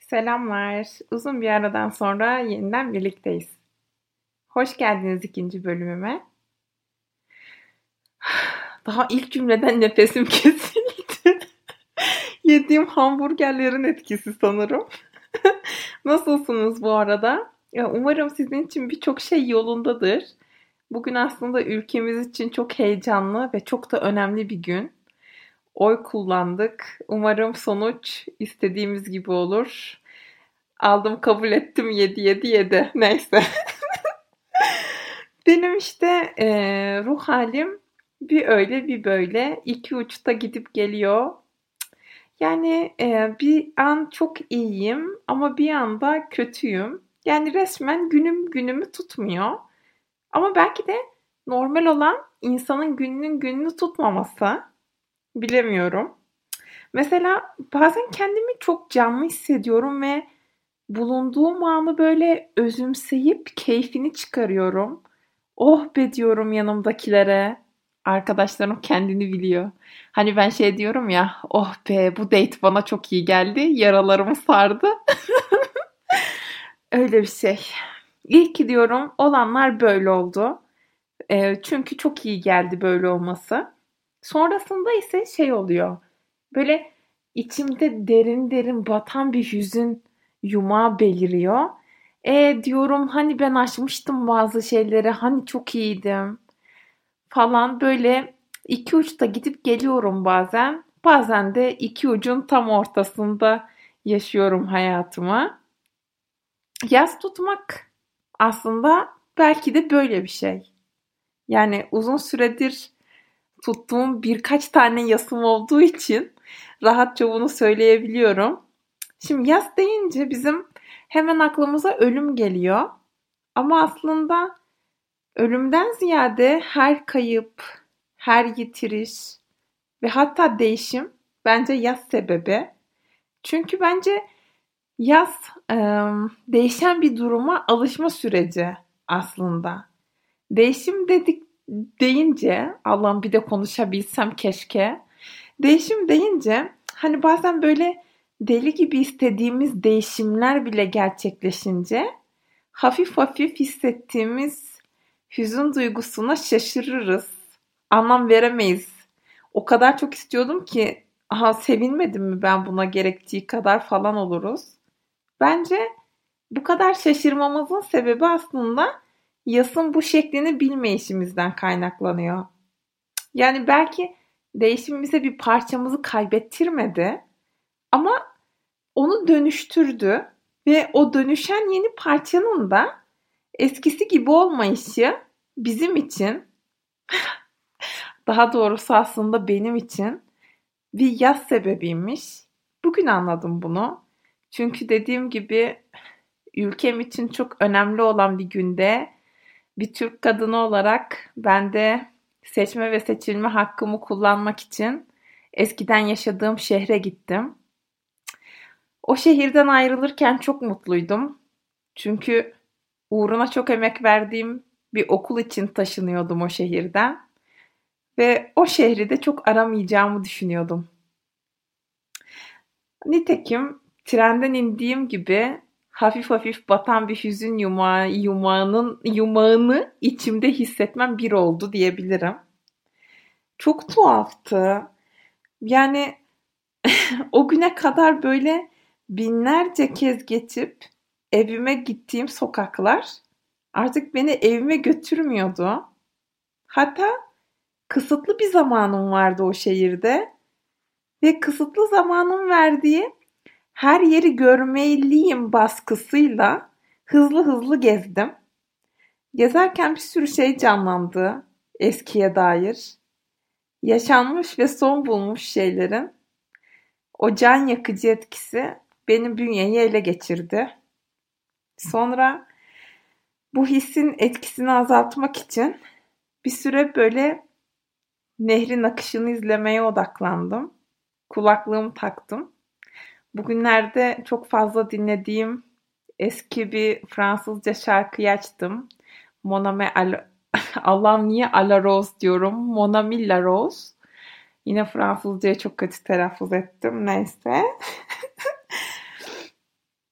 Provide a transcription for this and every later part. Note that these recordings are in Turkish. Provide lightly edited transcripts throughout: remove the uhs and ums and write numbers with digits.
Selamlar. Uzun bir aradan sonra yeniden birlikteyiz. Hoş geldiniz ikinci bölümüme. Daha ilk cümleden nefesim kesildi. Yediğim hamburgerlerin etkisi sanırım. Nasılsınız bu arada? Ya, umarım sizin için birçok şey yolundadır. Bugün aslında ülkemiz için çok heyecanlı ve çok da önemli bir gün. Oy kullandık. Umarım sonuç istediğimiz gibi olur. Aldım kabul ettim 7-7-7. Neyse. Benim işte ruh halim bir öyle bir böyle iki uçta gidip geliyor. Yani bir an çok iyiyim ama bir anda kötüyüm. Yani resmen günüm günümü tutmuyor. Ama belki de normal olan insanın gününün gününü tutmaması. Bilemiyorum. Mesela bazen kendimi çok canlı hissediyorum ve bulunduğum anı böyle özümseyip keyfini çıkarıyorum. Oh be diyorum yanımdakilere. Arkadaşlarım kendini biliyor. Hani ben şey diyorum ya, oh be bu date bana çok iyi geldi, yaralarımı sardı. Öyle bir şey. İyi ki diyorum olanlar böyle oldu. Çünkü çok iyi geldi böyle olması. Sonrasında ise şey oluyor. Böyle içimde derin derin batan bir hüzün yumağı beliriyor. Diyorum hani ben aşmıştım bazı şeyleri, hani çok iyiydim falan böyle iki uçta gidip geliyorum bazen. Bazen de iki ucun tam ortasında yaşıyorum hayatımı. Yas tutmak aslında belki de böyle bir şey. Yani uzun süredir tuttuğum birkaç tane yasım olduğu için rahatça bunu söyleyebiliyorum. Şimdi yas deyince bizim hemen aklımıza ölüm geliyor. Ama aslında ölümden ziyade her kayıp, her yitiriş ve hatta değişim bence yas sebebi. Çünkü bence yas değişen bir duruma alışma süreci aslında. Değişim dedik deyince, Allah'ım bir de konuşabilsem keşke. Değişim deyince hani bazen böyle deli gibi istediğimiz değişimler bile gerçekleşince hafif hafif hissettiğimiz hüzün duygusuna şaşırırız. Anlam veremeyiz. O kadar çok istiyordum ki, aha sevinmedim mi ben buna gerektiği kadar falan oluruz. Bence bu kadar şaşırmamızın sebebi aslında yasın bu şeklini bilmeyişimizden kaynaklanıyor. Yani belki değişim bize bir parçamızı kaybettirmedi ama onu dönüştürdü ve o dönüşen yeni parçanın da eskisi gibi olmayışı bizim için, daha doğrusu aslında benim için bir yas sebebiymiş. Bugün anladım bunu. Çünkü dediğim gibi ülkem için çok önemli olan bir günde bir Türk kadını olarak ben de seçme ve seçilme hakkımı kullanmak için eskiden yaşadığım şehre gittim. O şehirden ayrılırken çok mutluydum. Çünkü uğruna çok emek verdiğim bir okul için taşınıyordum o şehirden ve o şehri de çok aramayacağımı düşünüyordum. Nitekim trenden indiğim gibi hafif hafif batan bir hüzün yumağını içimde hissetmem bir oldu diyebilirim. Çok tuhaftı. Yani o güne kadar böyle binlerce kez geçip evime gittiğim sokaklar artık beni evime götürmüyordu. Hatta kısıtlı bir zamanım vardı o şehirde ve kısıtlı zamanın verdiği her yeri görmeliyim baskısıyla hızlı hızlı gezdim. Gezerken bir sürü şey canlandı eskiye dair. Yaşanmış ve son bulmuş şeylerin o can yakıcı etkisi benim bünyeyi ele geçirdi. Sonra bu hissin etkisini azaltmak için bir süre böyle nehrin akışını izlemeye odaklandım. Kulaklığımı taktım. Bugünlerde çok fazla dinlediğim eski bir Fransızca şarkıyı açtım. Mon ami Allah'ım niye à la rose diyorum. Mon ami la rose. Yine Fransızcayı çok kötü telaffuz ettim. Neyse.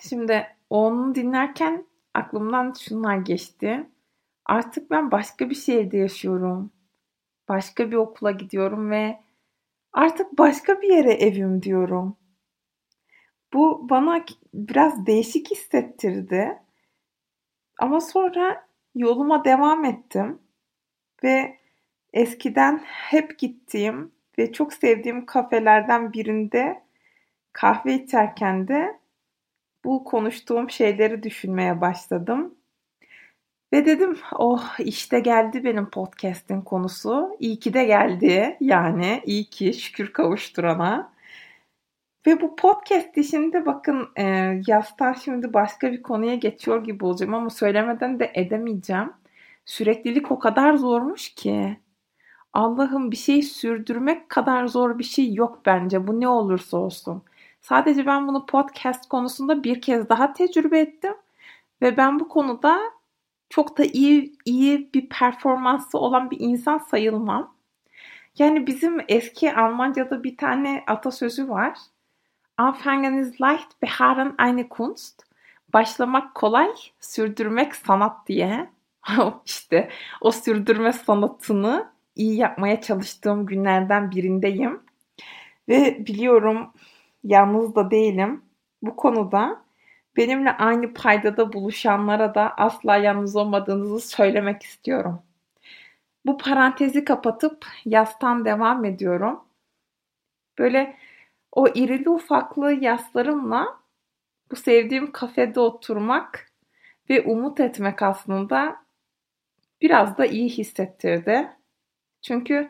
Şimdi onu dinlerken aklımdan şunlar geçti. Artık ben başka bir şehirde yaşıyorum. Başka bir okula gidiyorum ve artık başka bir yere evim diyorum. Bu bana biraz değişik hissettirdi. Ama sonra yoluma devam ettim ve eskiden hep gittiğim ve çok sevdiğim kafelerden birinde kahve içerken de bu konuştuğum şeyleri düşünmeye başladım. Ve dedim, oh işte geldi benim podcast'in konusu. İyi ki de geldi. Yani iyi ki şükür kavuşturana. Ve bu podcast işinde bakın yastan şimdi başka bir konuya geçiyor gibi olacağım ama söylemeden de edemeyeceğim. Süreklilik o kadar zormuş ki. Allah'ım bir şeyi sürdürmek kadar zor bir şey yok bence. Bu ne olursa olsun. Sadece ben bunu podcast konusunda bir kez daha tecrübe ettim. Ve ben bu konuda çok da iyi bir performansı olan bir insan sayılmam. Yani bizim eski Almanca'da bir tane atasözü var. Anfangen ist leicht, beharren eine Kunst. Başlamak kolay, sürdürmek sanat diye. İşte o sürdürme sanatını iyi yapmaya çalıştığım günlerden birindeyim. Ve biliyorum yalnız da değilim. Bu konuda benimle aynı paydada buluşanlara da asla yalnız olmadığınızı söylemek istiyorum. Bu parantezi kapatıp yastan devam ediyorum. Böyle o irili ufaklı yaslarımla bu sevdiğim kafede oturmak ve umut etmek aslında biraz da iyi hissettirdi. Çünkü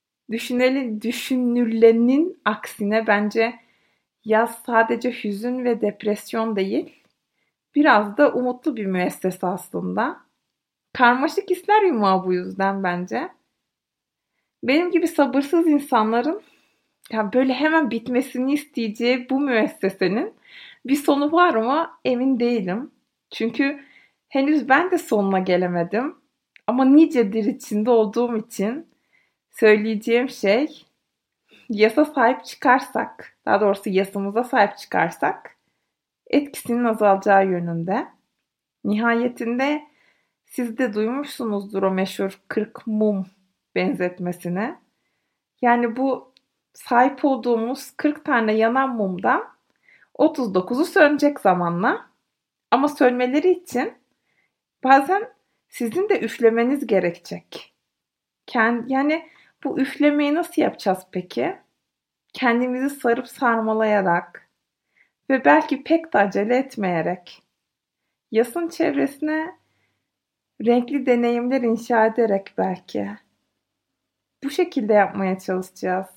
düşünülenin aksine bence yaz sadece hüzün ve depresyon değil, biraz da umutlu bir müessese aslında. Karmaşık hisler yumağı bu yüzden bence. Benim gibi sabırsız insanların ya böyle hemen bitmesini isteyeceği bu müessesenin bir sonu var mı emin değilim. Çünkü henüz ben de sonuna gelemedim. Ama nicedir içinde olduğum için söyleyeceğim şey yasa sahip çıkarsak, daha doğrusu yasamıza sahip çıkarsak etkisinin azalacağı yönünde. Nihayetinde siz de duymuşsunuzdur o meşhur 40 mum benzetmesini. Yani bu sahip olduğumuz 40 tane yanan mumdan 39'u sönecek zamanla. Ama sönmeleri için bazen sizin de üflemeniz gerekecek. Yani bu üflemeyi nasıl yapacağız peki? Kendimizi sarıp sarmalayarak ve belki pek de acele etmeyerek, yasın çevresine renkli deneyimler inşa ederek belki. Bu şekilde yapmaya çalışacağız.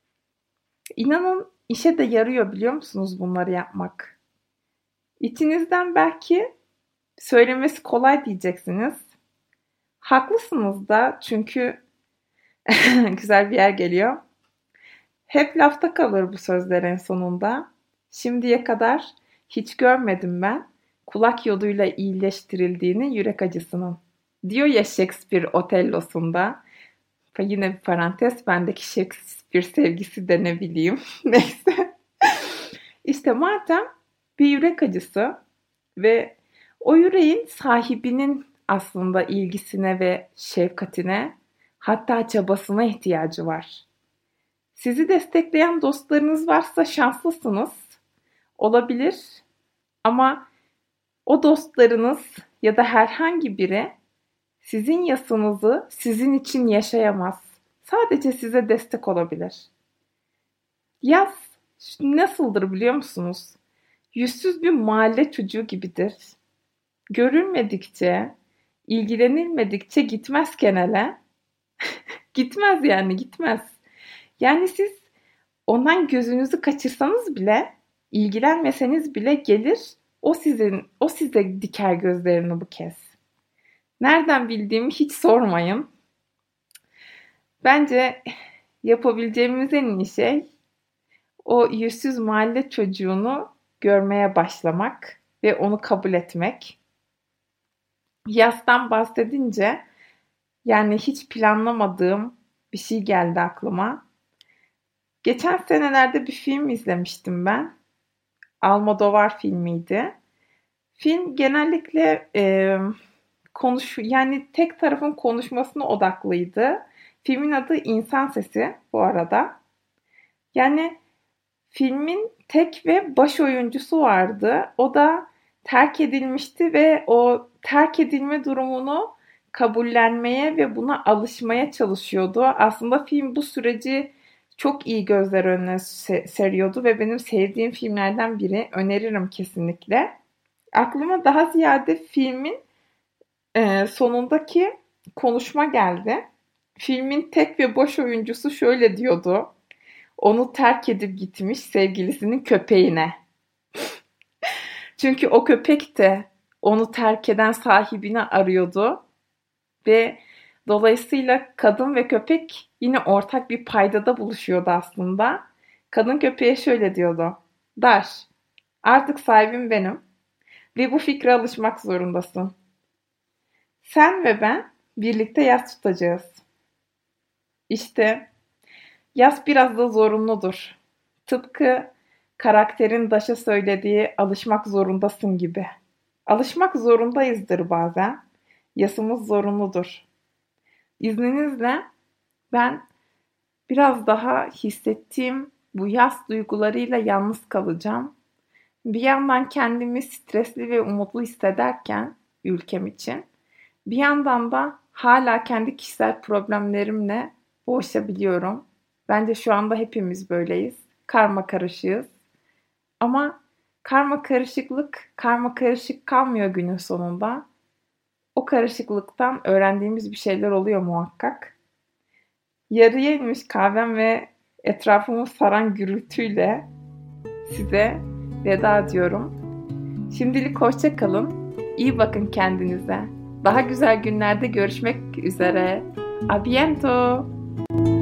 İnanın işe de yarıyor biliyor musunuz bunları yapmak? İçinizden belki söylemesi kolay diyeceksiniz. Haklısınız da çünkü güzel bir yer geliyor. Hep lafta kalır bu sözlerin sonunda. Şimdiye kadar hiç görmedim ben kulak yoluyla iyileştirildiğini yürek acısının. Diyor ya Shakespeare Otello'sunda. Yine bir parantez bendeki Shakespeare sevgisi de ne bileyim. Neyse. İşte madem bir yürek acısı ve o yüreğin sahibinin aslında ilgisine ve şefkatine hatta çabasına ihtiyacı var. Sizi destekleyen dostlarınız varsa şanslısınız. Olabilir ama o dostlarınız ya da herhangi biri sizin yasınızı sizin için yaşayamaz. Sadece size destek olabilir. Yas nasıldır biliyor musunuz? Yüzsüz bir mahalle çocuğu gibidir. Görülmedikçe, ilgilenilmedikçe gitmez kenele. Gitmez yani gitmez. Yani siz ondan gözünüzü kaçırsanız bile, ilgilenmeseniz bile gelir. O size diker gözlerini bu kez. Nereden bildiğimi hiç sormayın. Bence yapabileceğimiz en iyi şey o yüzsüz mahalle çocuğunu görmeye başlamak ve onu kabul etmek. Yastan bahsedince yani hiç planlamadığım bir şey geldi aklıma. Geçen senelerde bir film izlemiştim ben. Almodovar filmiydi. Film genellikle yani tek tarafın konuşmasına odaklıydı. Filmin adı İnsan Sesi bu arada. Yani filmin tek ve baş oyuncusu vardı. O da terk edilmişti ve o terk edilme durumunu kabullenmeye ve buna alışmaya çalışıyordu. Aslında film bu süreci çok iyi gözler önüne seriyordu ve benim sevdiğim filmlerden biri. Öneririm kesinlikle. Aklıma daha ziyade filmin sonundaki konuşma geldi. Filmin tek ve boş oyuncusu şöyle diyordu. Onu terk edip gitmiş sevgilisinin köpeğine. Çünkü o köpek de onu terk eden sahibini arıyordu ve dolayısıyla kadın ve köpek yine ortak bir paydada buluşuyordu aslında. Kadın köpeğe şöyle diyordu. Daş, artık sahibim benim ve bu fikre alışmak zorundasın. Sen ve ben birlikte yas tutacağız. İşte yas biraz da zorunludur. Tıpkı karakterin Daş'a söylediği alışmak zorundasın gibi. Alışmak zorundayızdır bazen. Yasımız zorunludur. İzninizle ben biraz daha hissettiğim bu yas duygularıyla yalnız kalacağım. Bir yandan kendimi stresli ve umutlu hissederken ülkem için, bir yandan da hala kendi kişisel problemlerimle boğuşabiliyorum. Bence şu anda hepimiz böyleyiz. Karma karışığız. Ama karma karışıklık karma karışık kalmıyor günün sonunda. O karışıklıktan öğrendiğimiz bir şeyler oluyor muhakkak. Yarıya inmiş kahvem ve etrafımı saran gürültüyle size veda diyorum. Şimdilik hoşça kalın. İyi bakın kendinize. Daha güzel günlerde görüşmek üzere. A biento.